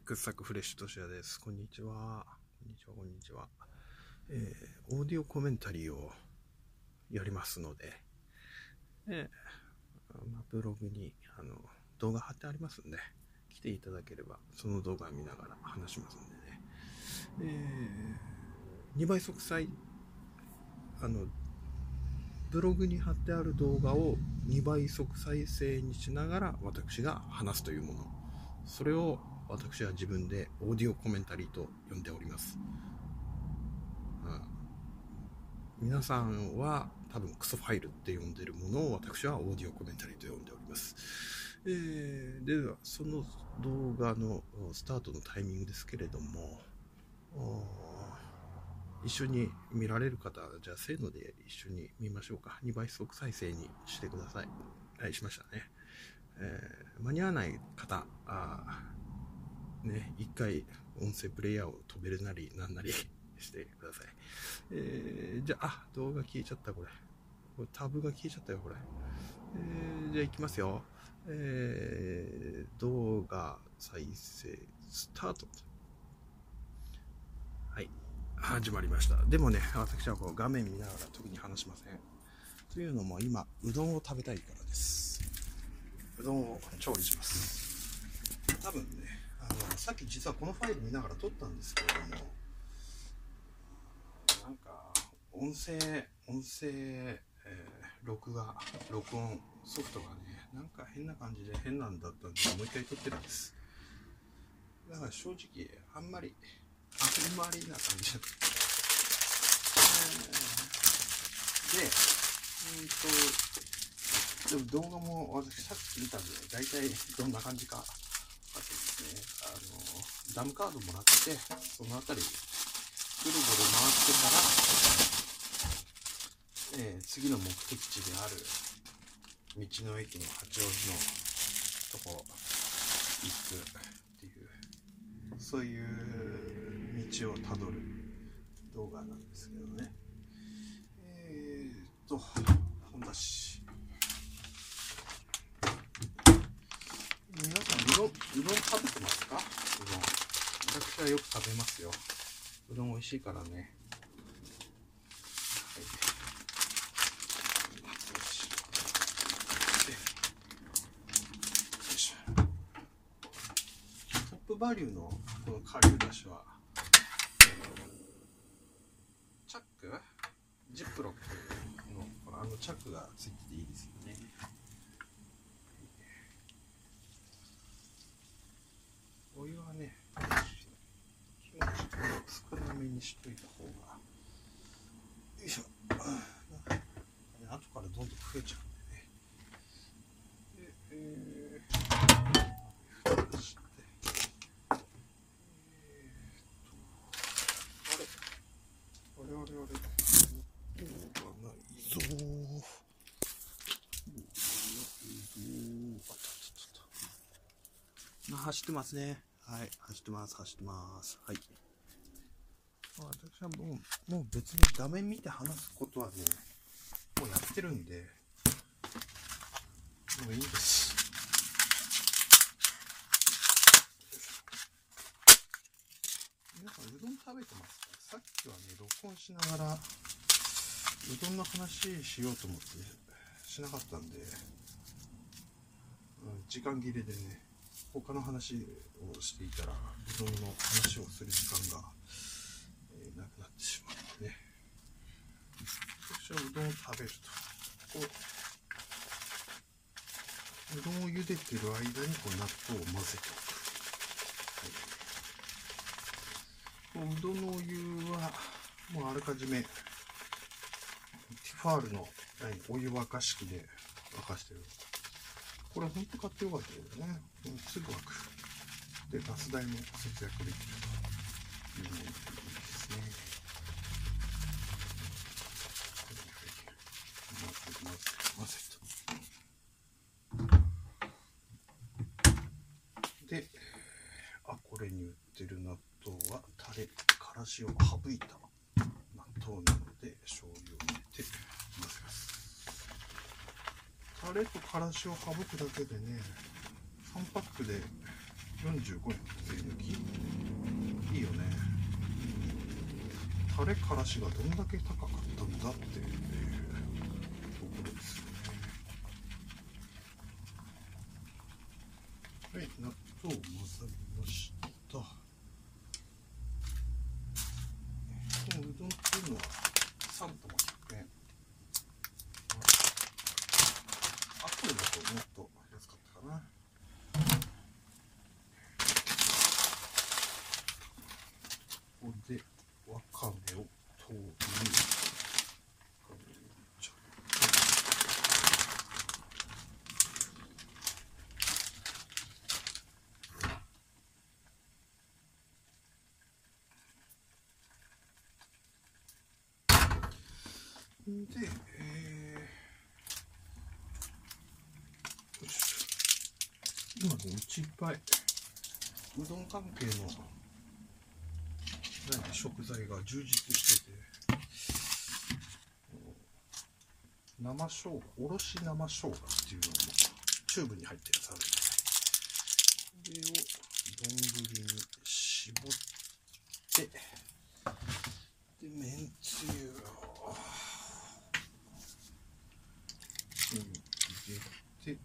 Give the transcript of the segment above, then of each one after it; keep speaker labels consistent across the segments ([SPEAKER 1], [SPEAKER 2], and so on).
[SPEAKER 1] 掘削フレッシュとしやです。こんにちは。オーディオコメンタリーをやりますので、ブログに動画貼ってありますんで、来ていただければその動画見ながら話しますんでね。2倍速再ブログに貼ってある動画を2倍速再生にしながら私が話すというもの、それを私は自分でオーディオコメンタリーと呼んでおります。皆さんは多分クソファイルって呼んでるものを私はオーディオコメンタリーと呼んでおります。ではその動画のスタートのタイミングですけれども、一緒に見られる方、じゃあせーので一緒に見ましょうか。2倍速再生にしてください。はい、しましたね。間に合わない方、一回音声プレイヤーを飛べるなりなんなりしてください。じゃあ、動画消えちゃった、これタブが消えちゃったよ、これ。じゃあ行きますよ。動画再生スタート。はい、始まりました。でもね、私はこう画面見ながら特に話しません。というのも今うどんを食べたいからです。うどんを調理します。多分ね、さっき実はこのファイル見ながら撮ったんですけれども、なんか音声、録音ソフトがね、なんか変な感じで変なんだったんで、もう一回撮ってるんです。だから正直あんまりな感じだった。でも動画も私さっき見たんで、だいたいどんな感じか分かってですね、ダムカードもらって、そのあたりぐるぐる回ってから、次の目的地である道の駅の八王子のとこ行くっていう、そういう道をたどる動画なんですけどね。本だし、皆さんうどん食べてますか？うどん、私はよく食べますよ。うどん美味しいからね。トップバリューのこの顆粒だしはチャック、ジップロックのチャックがついてていいですよね。お湯はね、気持ち少なめにしといた方が、よいしょ。後からどんどん増えちゃうんでね。蓋して、あれ音がないぞ走ってますね。はい、走ってます。はい。私はもう別に画面見て話すことはね、もうやってるんで、もういいです。皆さんうどん食べてますか？さっきはね、録音しながらうどんの話しようと思ってしなかったんで、時間切れでね、他の話をしていたらうどんの話をする時間が、なくなってしまってね。私はうどんを食べると、うどんを茹でてる間にこう納豆を混ぜておく。うどんのお湯はもうあらかじめティファールのお湯沸かし器で沸かしてる。これ本当買ってよかったよね。すぐ沸く。で、ガス代も節約できるというものですね。混ぜと。で、これに売ってる納豆はタレ、からしを省いた納豆なので醤油を入れて混ぜます。タレとからしを省くだけでね、3パックで 45円税抜き。いいよね。タレからしがどんだけ高かったんだっていうところですよね。はい、納豆混ざりました。このうどんっていうのは3玉100円。アップルだともっと安かったかな。ここでわかめを投入。で、よいしょ。今ね、うちいっぱいうどん関係の食材が充実してて、生生姜、おろし生生姜っていうのもチューブに入ってるやつあるんで、これを丼に絞って、で、めんつゆを入れて、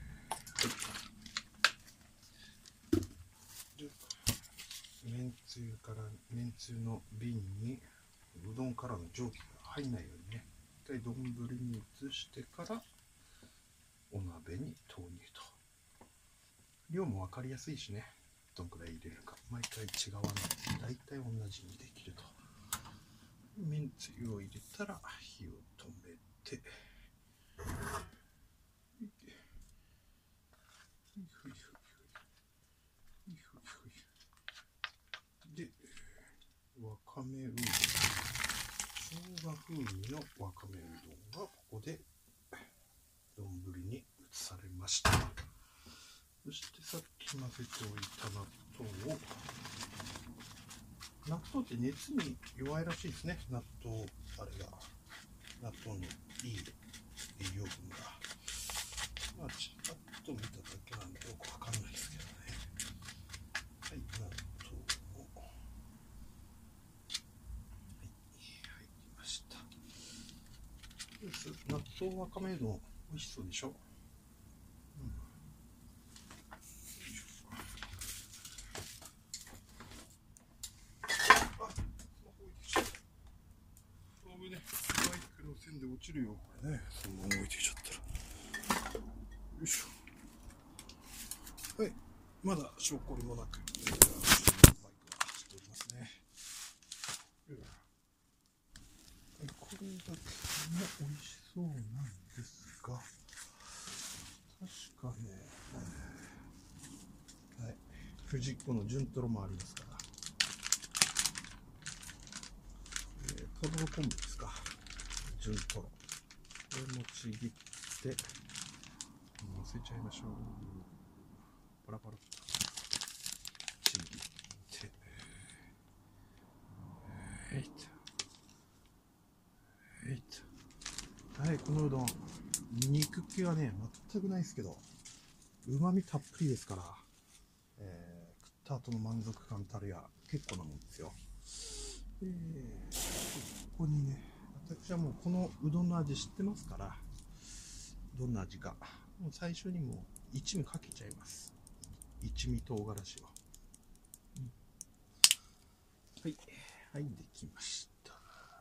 [SPEAKER 1] めんつゆの瓶にうどんからの蒸気が入んないようにね、一回丼に移してからお鍋に投入と。量も分かりやすいしね、どんくらい入れるか毎回違わない、大体同じにできると。めんつゆを入れたら火を止めて、で、わかめうどん、生姜風味のわかめうどんがここで丼に移されました。そしてさっき混ぜておいた納豆って熱に弱いらしいですね。納豆のいい栄養分が。まあちらっと見ただけなんでよくわかんないですけどね。はい、納豆も入りました。納豆わかめうどん美味しそうでしょ。バイクの線で落ちるよ、これね。そのまま置いてきちゃったら。よいしょ。はい。まだ証拠りもなく、バイクは走っておりますね。これだけも美味しそうなんですが、確かね、はい。藤子の純トロもありますから。とろろ昆布ですか。純トロ。これもちぎって、乗せちゃいましょう。パラパラっと。ちぎって。はい、このうどん。肉気はね、全くないですけど、旨味たっぷりですから、食った後の満足感たるや、結構なもんですよ。ここにね、私はもうこのうどんの味知ってますから、どんな味か、もう最初にもう一味かけちゃいます。一味唐辛子を。はい、はい、できました。よ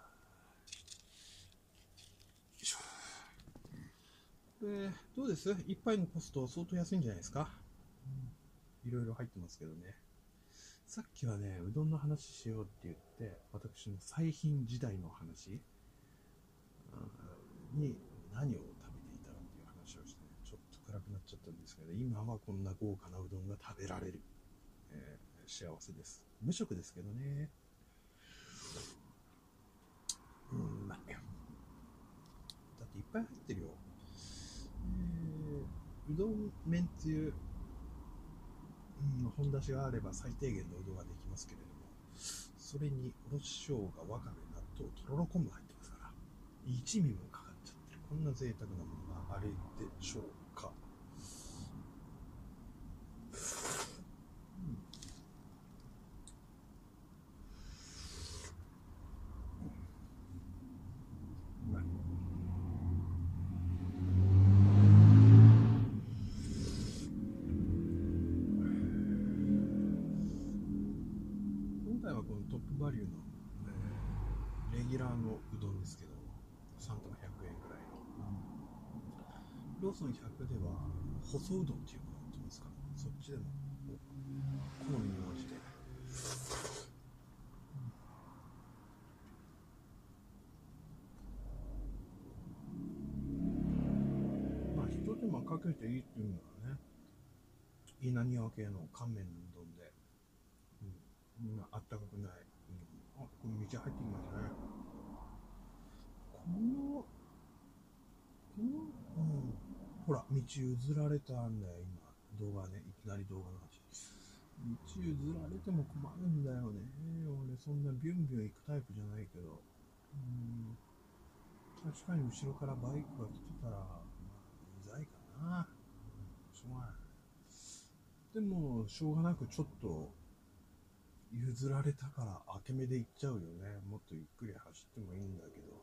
[SPEAKER 1] いしょ。これ、どうです？一杯のコスト相当安いんじゃないですか？いろいろ入ってますけどね。さっきはね、うどんの話しようって言って、私の最貧時代の話に何を食べていたかっていう話をして、ね、ちょっと暗くなっちゃったんですけど、今はこんな豪華なうどんが食べられる。幸せです。無職ですけどね。うまい。だっていっぱい入ってるよ。うどん、めんつゆ、本だしがあれば最低限のうどんができますけれども、それにおろし生姜、わかめ、納豆、とろろ昆布入ってますから、一味もかかっちゃってる。こんな贅沢なものがあれでしょうか。 トップバリューの、レギュラーのうどんですけど、3玉100円くらいの、ローソン100では細うどんっていうのが売ってますから、そっちでも好みに応じて、まあ一手間かけていいっていうのはね、稲庭系の乾麺のうどんで、あったかくない、あ、これ道入ってきましたね。ほら、道譲られたんだよ、今。動画ね、いきなり動画の話。道譲られても困るんだよね。俺、そんなビュンビュン行くタイプじゃないけど。確かに後ろからバイクが来てたら、まあ、うざいかな。しょうがない。でも、しょうがなくちょっと、譲られたから、明け目で行っちゃうよね。もっとゆっくり走ってもいいんだけど。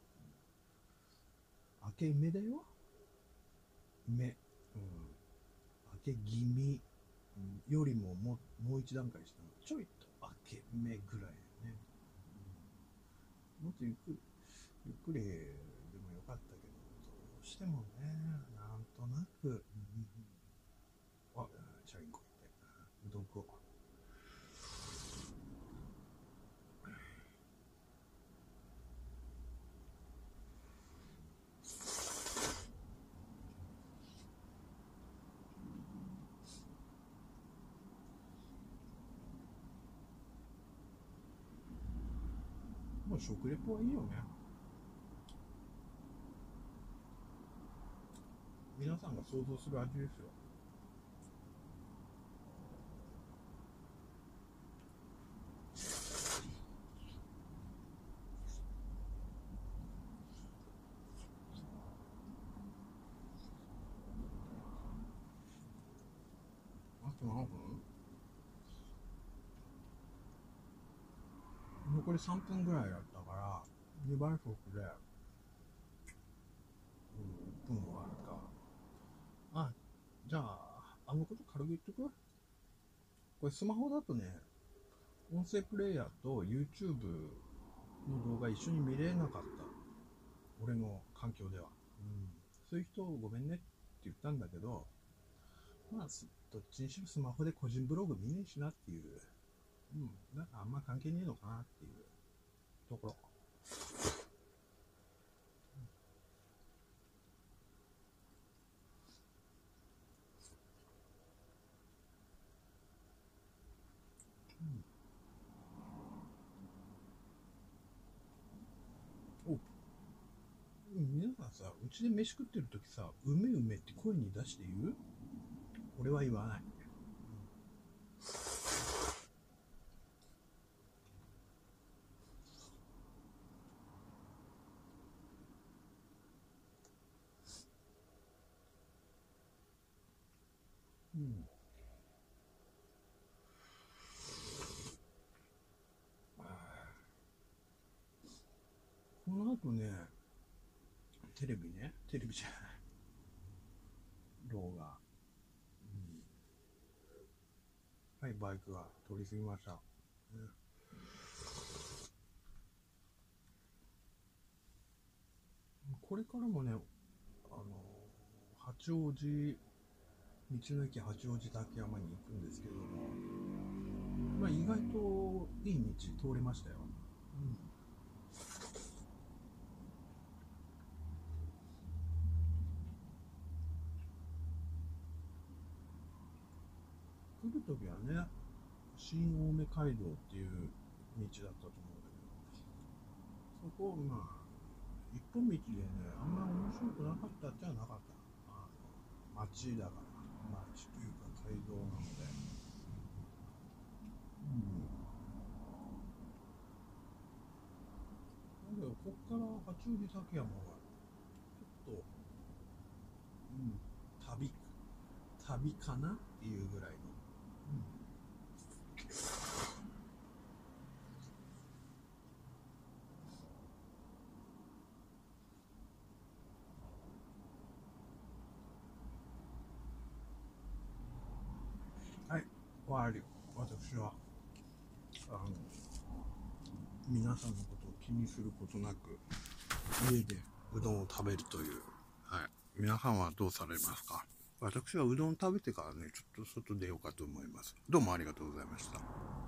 [SPEAKER 1] 明け目だよ。目。明け気味よりももう一段階したの。ちょいと明け目ぐらいだよね。もっとゆっくりでもよかったけど、どうしてもね、なんとなく、あ、チャリンコ行って、うどん食おう。もう食レポはいいよね。皆さんが想像する味ですよ。あと何分？残り3分ぐらいだったから、2倍速で、1分はあるか。あ、じゃあ、あのこと軽く言っとく？これスマホだとね、音声プレイヤーと YouTube の動画一緒に見れなかった。俺の環境では。そういう人ごめんねって言ったんだけど、まあ、どっちにしろスマホで個人ブログ見ねえしなっていう。だからあんま関係ねえのかなっていうところ。皆さんさ、うちで飯食ってるときさ、うめうめって声に出して言う？俺は言わない。この後ね、テレビじゃない動画、はい、バイクが通り過ぎました、これからもね、八王子、道の駅八王子竹山に行くんですけども、まあ、意外といい道通れましたよ。来るときはね、新青梅街道っていう道だったと思うんだけど、そこをまあ、一本道でね、あんま面白くなかったってはなかった。街だから、街というか街道なので、だけどこっから八王子竹山はちょっと、旅かなっていうぐらいの、はい、終わり。私は皆さんのことを気にすることなく家でうどんを食べるという、はい、皆さんはどうされますか？私はうどん食べてからね、ちょっと外出ようかと思います。どうもありがとうございました。